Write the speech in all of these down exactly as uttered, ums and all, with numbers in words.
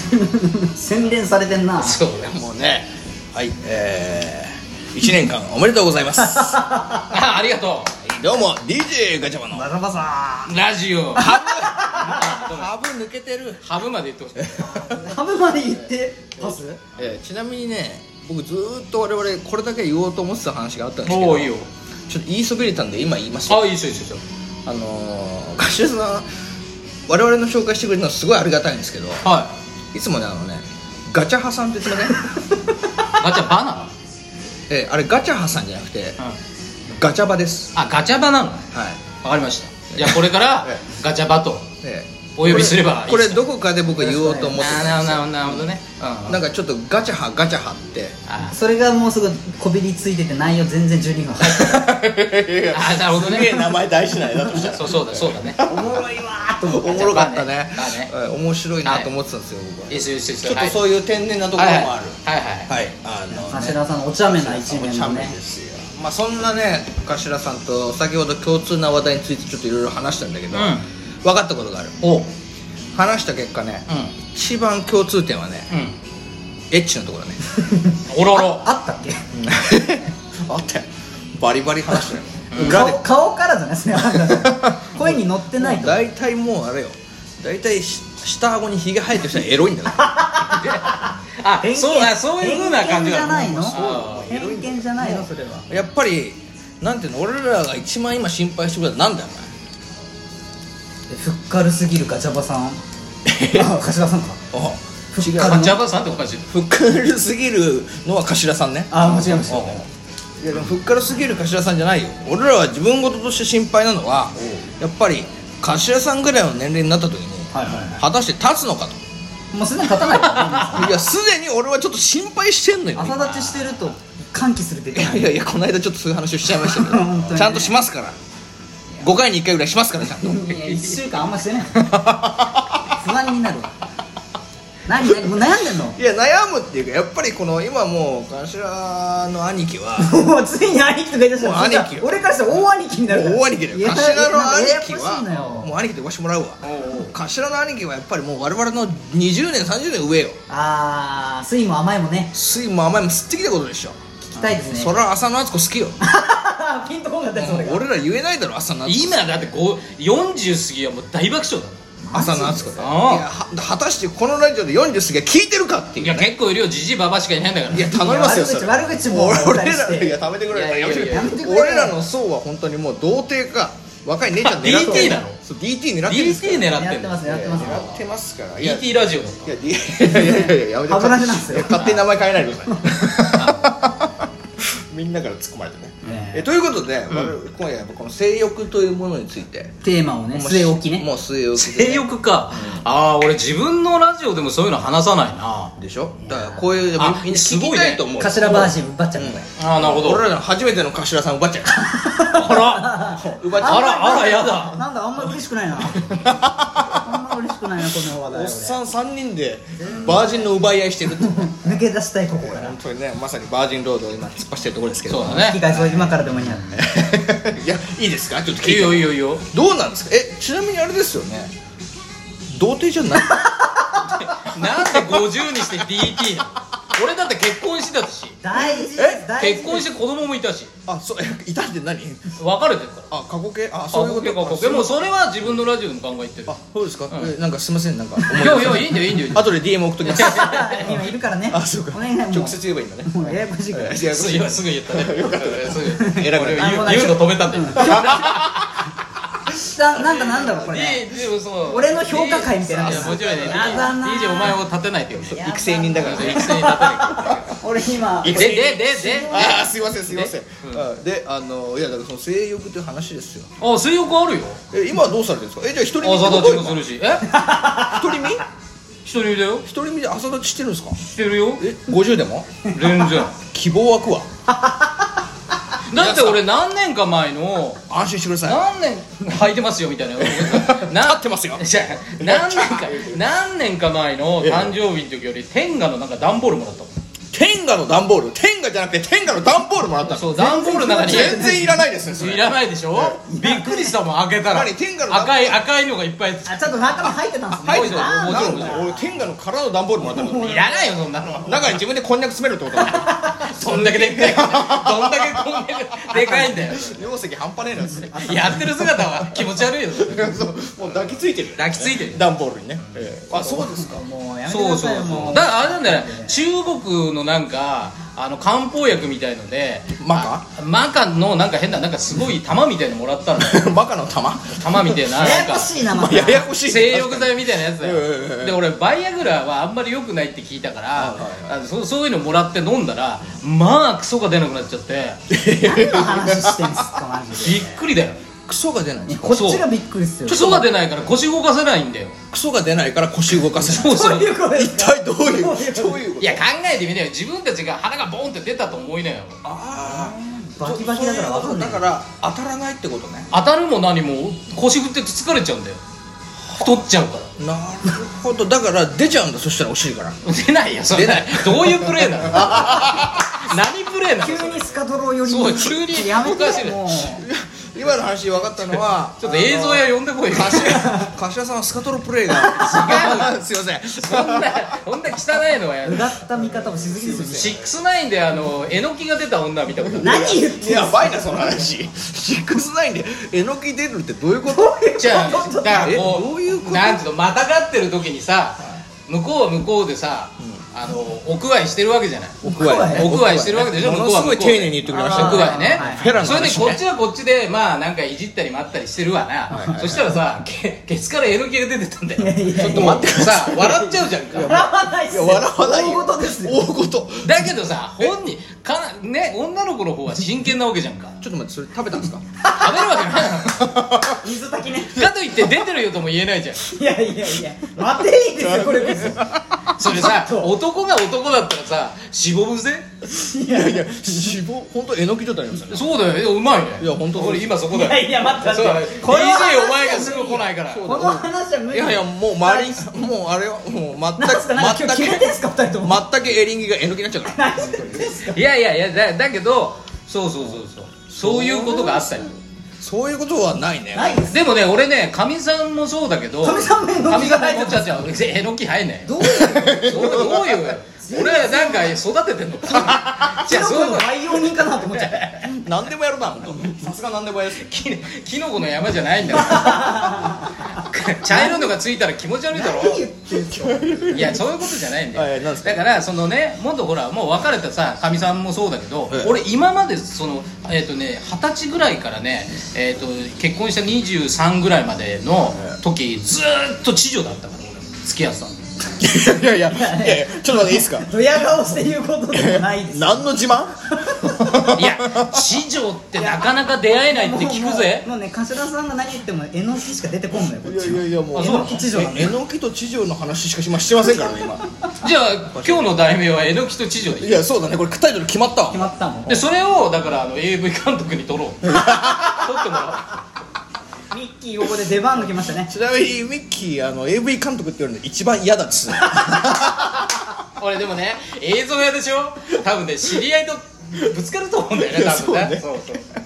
洗練されてんな。 そうね、もうね、はい、えー、いちねんかんおめでとうございますあ, ありがとう。どうも ディージェー ガチャバのガチャバさんラジオハブハブ抜けてる。ハブまで言ってほしいハブまで言ってパス、 えー、ちなみにね、僕ずーっと我々これだけ言おうと思ってた話があったんですけど、 おーいいよ。 ちょっと言いそびれたんで今言いますよ。 あ、いいですよいいですよ。 あのー、頭さん我々の紹介してくれるのはすごいありがたいんですけど、 はい。 いつもね、あのね、ガチャハさんって言ってませんガチャバナえー、あれガチャハさんじゃなくて、 ナ、うん、 ガチャバです。 あ、ガチャバなの。 はい。 わかりました。じゃあこれからえガチャバとえお呼びすればいいですか。 これどこかで僕言おうと思ってたんですよ。 なるほどなるほどね、うん、 なんかちょっとガチャハガチャハってあそれがもうすぐこびりついてて内容全然じゅうにふん入ってるあ、なるほどね。 すげえ名前大事なんやだとしたらそうそうだそうだね。 おもろいわーと思っておもろかったね。 まあねはい、面白いなと思ってたんですよ、僕はいいですよいいですちょよ。 っとそういう天然なところもある。 はいはいはい、 はい、あの頭さんのお茶目な一面お茶目もねですよ。まあそんなね、頭さんと先ほど共通な話題についてちょっといろいろ話したんだけど、 うん分かったことがある。 おう、 話した結果ね、 う一番共通点はね、 んうん、 エッチなところだねおろろ。 あったっけあったよ、バリバリ話したよ裏で顔顔からじゃないですね声に乗ってないと大体もうあれよ、大体し下顎にひげ生えてる人はエロいんだからあ、そうあそういう風な感じ偏見じゃないの？ あ偏見じゃないのそれは。 やっぱりなんていうの、俺らが一番今心配してることはなんだよふっかるすぎるガチャバさんあ、頭さんかお前。 ふっ違う、 かるガチャバさんっておかしい。 ふっかるすぎるのは頭さんね。 あ、間違えましたおういやでもふっかるすぎる頭さんじゃないよ。俺らは自分事として心配なのはやっぱり頭さんぐらいの年齢になった時にはいはいは果たして立つのかと。 いもうすでに立たないからねいやすでに俺はちょっと心配してんのよ。 朝立ちしてると歓喜するってい言ってないやいやいや、この間ちょっとそういう話をしちゃいましたけど本当にねちゃんとしますから、ごかいにいっかいぐらいしますからちゃんといやいっしゅうかんあんましてない不安になるわ何何もう悩んでんのいや悩むっていうか、やっぱりこの今もう頭の兄貴はもうついに兄貴とか言い出したらもう兄貴よ俺からしたら大兄貴になるから大兄貴だよ。 いや頭の兄貴なんかややこしいのよはもう兄貴と呼ばしてもらうわ。頭の兄貴はやっぱりもう我々のにじゅうねんさんじゅうねん上よ。 あー酸いも甘いもね酸いも甘いも吸ってきたことでしょ。 聞きたいですねそれは浅野敦子好きよピンとこんかったやつ俺が俺ら言えないだろ浅野敦子。 今だってよんじゅう過ぎはもう大爆笑だ。 浅野敦子だよ。いああやは果たしてこのラジオでよんじゅう過ぎは聞いてるかっていうね、 いや結構いるよ、じじいばばしかいないんだから。 いや頼みますよそれ。 悪口悪口も俺お伝えしてらいや食べてくれいやいやいややめてくれ俺らの層は本当にもう童貞か若い姉ちゃん狙ってディーティー なのそう ディーティー 狙ってるんですかディーティーら狙ってんの。 やってますやってます狙ってますからいやディーティー ラジオだ。 いや、D、いやいやいやいややめて歯ブラシなんですよいや勝手に名前変えないでくださいみんなから突っ込まれてねねえということで、我々今夜はこの性欲というものについてテーマをね据え置きねもう据え置きでね性欲か、ああ俺自分のラジオでもそういうの話さないな。 でしょ。だからこういうあみんな聞きたいと思う。 頭バージンばっちゃんみたいああなるほど。 俺らの初めての頭さん奪っちゃうあら奪っちゃうあらあらやだ。 なんだあんま嬉しくないなあんま嬉しくないなこの話題おっさんさんにんでバージンの奪い合いしてるって俺抜け出したいここから本当にね、まさにバージンロードを今突っ走ってるところですけどそうだね。 引き返そう今からでもいいやいやいいですか、ちょっと聞いていいよいいよいいよ。 どうなんですか。えちなみにあれですよね、童貞じゃないなんでごじゅうにして ディーティー なの。俺だって結婚してたし、 大事ですえ大事結婚して子供もいたし、 あ、そう、えいたって何別れてるから。 あ、過去形あ、 そそうういうういここととでもそれは自分のラジオでも考えてる。 あ、そうですか、 んえなんかすいません、なんか思いやいやいいんだよいいんだよ。 後で ディーエム 送っときます今いるからねあ、そうかお願いもう直接言えばいいんだねもうややこしいからいやすぐすぐ言ったね。よかったね。すぐ偉くない俺言う言うの止めたんだよ。 ななんかなんだろうこれねいいでもそう俺の評価会みたいな。 いやもちろんね。 やだなディージェー お前を立てないってよ。 や育成人だからね育成に立てない。 俺今でででであーすいませんすいませんであであのいやだからその性欲という話ですよ。 あ性欲あるよ。 え今はどうされてるんですか。えじゃあ一人身朝立ちもするし。え一人身一人だよ。 一人身で朝立ちしてるんですか。 してるよ。 えごじゅうでも全然。 希望湧くわ。 だって俺何年か前の安心してください。 何年履いてますよみたいな。 立ってますよ。 じゃあ何年か何年か前の誕生日の時より天下のなんか段ボールもらったもん。 天下の段ボール天天下じゃなくて天下の段ボールもらったの。 そう段ボールの中に全然いらないですねそれ。 いらないでしょ。びっくりしたもん開けたら何天下の赤い赤いのがいっぱいあちょっと中身入ってたんですね。 入ってたあーもちろんなんだ俺天下の空の段ボールもらったの。 いらないよそんなの。 中に自分でこんにゃく詰めるってことだ。 そんだけでっかいからどんだけこんなでかいんだよ。 容積半端ねえなっつって。 やってる姿は気持ち悪いよ。 そうもう抱きついてるよ抱きついてる。 段ボールにね。あそうですか。 もうやめてくそうそうださいよ。もそう。だからあれなんだよね。中国のなんかあの漢方薬みたいのでマカあマカのなんか変ななんかすごい玉みたいのもらったの。 バカの玉。 玉みたいななんややこかしいなまた。 ややこしい。 精力剤みたいなやつだうんうんうんよ。で俺バイアグラはあんまり良くないって聞いたからあのそそういうのもらって飲んだらまあクソが出なくなっちゃって何の話してんすかマジで。 びっくりだよ。 クソが出ない。 こっちがびっくりっすよ。 クソが出ないから腰動かせないんだよ。 クソが出ないから腰動かせない。 そうそう。 どういうことで一すか。 体どういうどういうことどういうこと。 いや考えてみてよ。自分たちが腹がボンって出たと思いなよ。 ああバキバキだから分かんない。 だから当たらないってことね。 当たるも何も腰振って疲れちゃうんだよ。太っちゃうからなるほど。だから出ちゃうんだ。そしたらお尻から。 出ないよそれ。 出ないどういうプレーなの。何プレーなの。 急にスカトロ寄りそう急にやめておかしいねよもう。 今の話分かったのはちょっと映像や呼んでこいよ。 柏柏さんはスカトロプレイが違う。すいません。 そんなそんな汚いのはやうがった見方もしすぎですよ。 シックスナインであのえのきが出た女見たことある。 何言ってんすか。 やばいなその話。シックスナインでえのき出るってどういうこと？ じゃあだからえこうどういうことなんていうのまたがってる時にさ向こうは向こうでさあの屋外してるわけじゃない。 屋外ね。 屋外してるわけでしょ。 も向こうは向こうでのすごい丁寧に言ってくれました屋外ね、 はいフェラのそれで話ねこっちはこっちでまあなんかいじったり待ったりしてるわな、そしたらさケケツからえのきが出てたんだよ。 いやいやいやちょっと待ってさ笑っちゃうじゃんか。 笑わないっすよ。 いや笑わないよ。 大事ですよ。 大事。 だけどさ本人かね女の子の方は真剣なわけじゃんか。 ちょっと待ってそれ食べたんですか？ 食べるわけない水炊きね。 かといって出てるよとも言えないじゃん。 いやいやいや待ていいですよこれこそ。 それさちょっと男が男だったらさしぼむぜ。 いやいや脂肪本当えのき状態になりましたね。 そうだよ。いやうまいね。 いや本当俺今そこだよ。 いやいや待ってそう待ってディージェーこの話お前がすぐ来ないから。 この話は無理。 いやいやもう周りにもうあれはもう全なんすかなんか今日決めてんすか二人とも。 く全くエリンギがえのきになっちゃうから。 何言ってんすか。 いやいやいやだだけどそうそうそうそうそういうことがあったり。 そういうことはないね。 ないです。 でもね俺ねかみさんもそうだけどかみさんもえのきがかみさん生えてますもちゃちゃえのき生えねえどういうどうどういう俺なんか育ててんのかじゃあそういうの培養人かなと思っちゃって。 何でもやるな本当。さすが何でもやる。 きキノコの山じゃないんだから茶色いのがついたら気持ち悪いだろ。 何言ってんすか。 いやそういうことじゃないんだよ、 はいなんですかだからそのねもっとほらもう別れたさかみさんもそうだけど、 ええ俺今までそのえっ、とね二十歳ぐらいからね、えー、と結婚したにじゅうさんぐらいまでの時ずーっと知女だったから俺付き合ってたの。 いやいやいやいやちょっと待っていいですか？ ドヤ顔して言うことでもないです。 何の自慢？ いや知女ってなかなか出会えないって聞くぜ。 もうもうね頭さんが何言ってもえのきしか出てこんのよこっいやいちは。 やいやもうあそうなのえのき地上なんだえのきと地上の話しか今してませんからね今。 じゃあ今日の題名はえのきと知女でいやそうだねこれタイトル決まったわ。 決まったもん。 でそれをだからあの エーブイ 監督に撮ろう撮ってもらミッキーここで出番が来ましたね。 ちなみにミッキーあの エーブイ 監督って言われるの一番嫌だっつ。 う。俺でもね映像屋でしょ多分ね知り合いとぶつかると思うんだよね多分ね。そう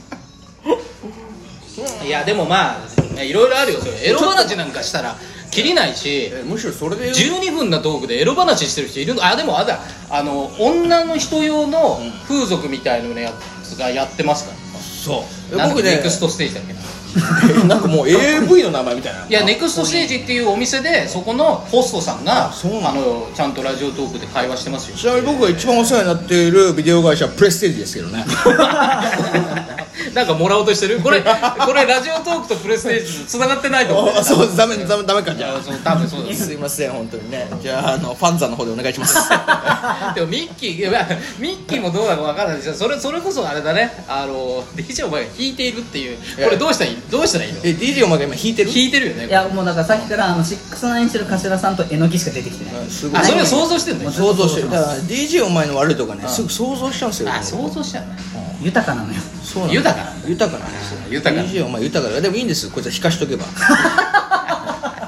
そういやでもまあねいろいろあるよそれエロ話なんかしたら切りないしえむしろそれでじゅうにふんのトークでエロ話してる人いるの。あでもあだあの女の人用の風俗みたいなやつがやってますから。 そうなんだっ僕ねけネクストステージだっけな。 なんかもう エーブイ の名前みたいな。 いやネクストステージっていうお店でそこのホストさんがあそうなんだあのちゃんとラジオトークで会話してますよ。 ちなみに僕が一番お世話になっているビデオ会社はプレステージですけどね。 なんかもらおうとしてるこれこれラジオトークとプレステージつながってないと思う。 あそうダメダメダメかじゃあ。 そう多分そうですすいません本当にね。じゃああのファンザの方でお願いします。 でもミッキーいやミッキーもどうだかわからないですよ。それそれこそあれだねあの ディージェー お前が弾いているっていうこれどうしたらいいどうしたらいいの。 え ディージェー お前が今弾いてる？ 弾いてるよね。 いやもうだからさっきからあのシックスナインしてる頭さんとえのきしか出てきてない。 すごいあそれを想像してんのよ。 想像してる。だから ディージェー お前の悪いとかねすぐ想像しちゃうんですよ。 あ想像しちゃうね。 豊かなのよ。 そうなんだ豊かな豊かなんですよ。 豊かなディージェー お前豊かだからでもいいんですこいつは弾かしとけば。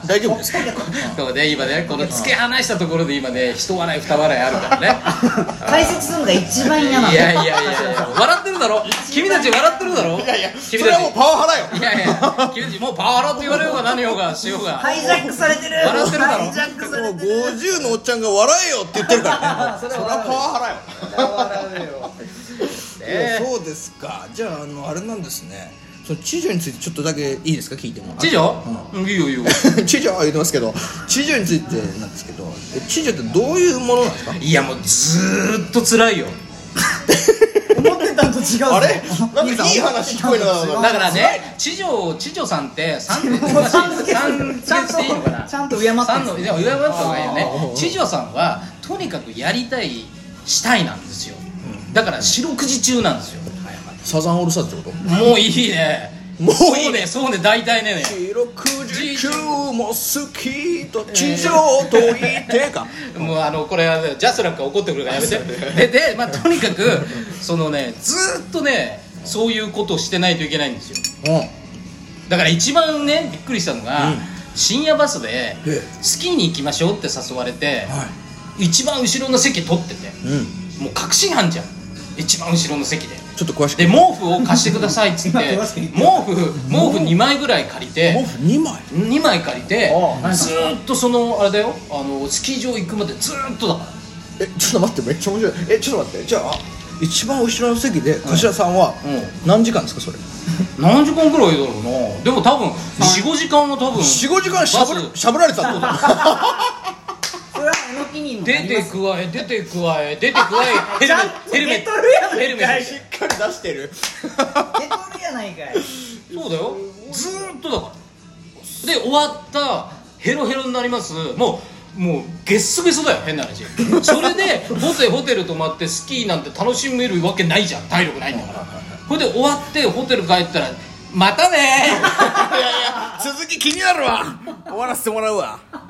大丈夫ですか？ そうね、今ねこの突き放したところで今ね一笑い二笑いあるからね解説するのが一番嫌なの。 いやいやいやいや笑ってるだろ君たち笑ってるだろ。 いやいや、 君たちそれはもうパワハラよ。 いやいや君たちもうパワハラって言われようが何ようがしようがハイジャックされてる。 笑ってるだろハイジャックさもうれてる。 ごじゅうのおっちゃんが笑えよって言ってるからね。 それそれははパワハラよ。 笑うよ。 いやそうですか。じゃあ、あのあれなんですね、その知女についてちょっとだけいいですか、聞いても。 知女？うん、いいよいいよ知女は言ってますけど、知女についてなんですけど、え知女ってどういうものなんですか？ いやもうずーっと辛いよ思ってたんと違うぞ。 あれなんかいい話聞こえなかっただからね、知女知女さんって三もうちゃんと三付けしていいのかな。 ちゃんと敬って三のいや敬った方がいいよねあー。 知女さんはとにかくやりたいしたいなんですよ。だから四六時中なんですよ。 サザンオールスターズってこと？ もういいね。 もういいそうねそうね大体ね。 四六時中も好きと地上と言ってか。 もうあのこれはねジャスラックが怒ってくるからやめて。ででまあとにかくそのねずーっとねそういうことをしてないといけないんですよ。だから一番ねびっくりしたのが、 うん深夜バスでええスキーに行きましょうって誘われて、 は一番後ろの席取ってて、 い。うん。 もう確信犯じゃん一番後ろの席で。 ちょっと詳しく。 で毛布を貸してくださいっつって毛布毛布にまいぐらい借りて毛布にまい。 にまい借りてああずーっとそのあれだよあのスキー場行くまでずーっとだから。 え、ちょっと待って、めっちゃ面白い。え、ちょっと待って、じゃあ一番後ろの席で頭さんはう何時間ですか、それ？ 何時間ぐらいだろうな。でも多分よん、ごじかんは多分よん、ごじかんしゃぶバスしゃぶられてたってこと？ それはえのきにもな出てります。 加え出て加え出て加えヘルメットヘルメット出とるやんヘルメットしっかり出してる。 出とるやないかい。 そうだよずーっとだからで終わったヘロヘロになりますもうもうゲッソゲソだよ変な話それでホテルホテル泊まってスキーなんて楽しめるわけないじゃん体力ないんだからこれで終わってホテル帰ったらまたねいやいや、続き気になるわ。終わらせてもらうわ。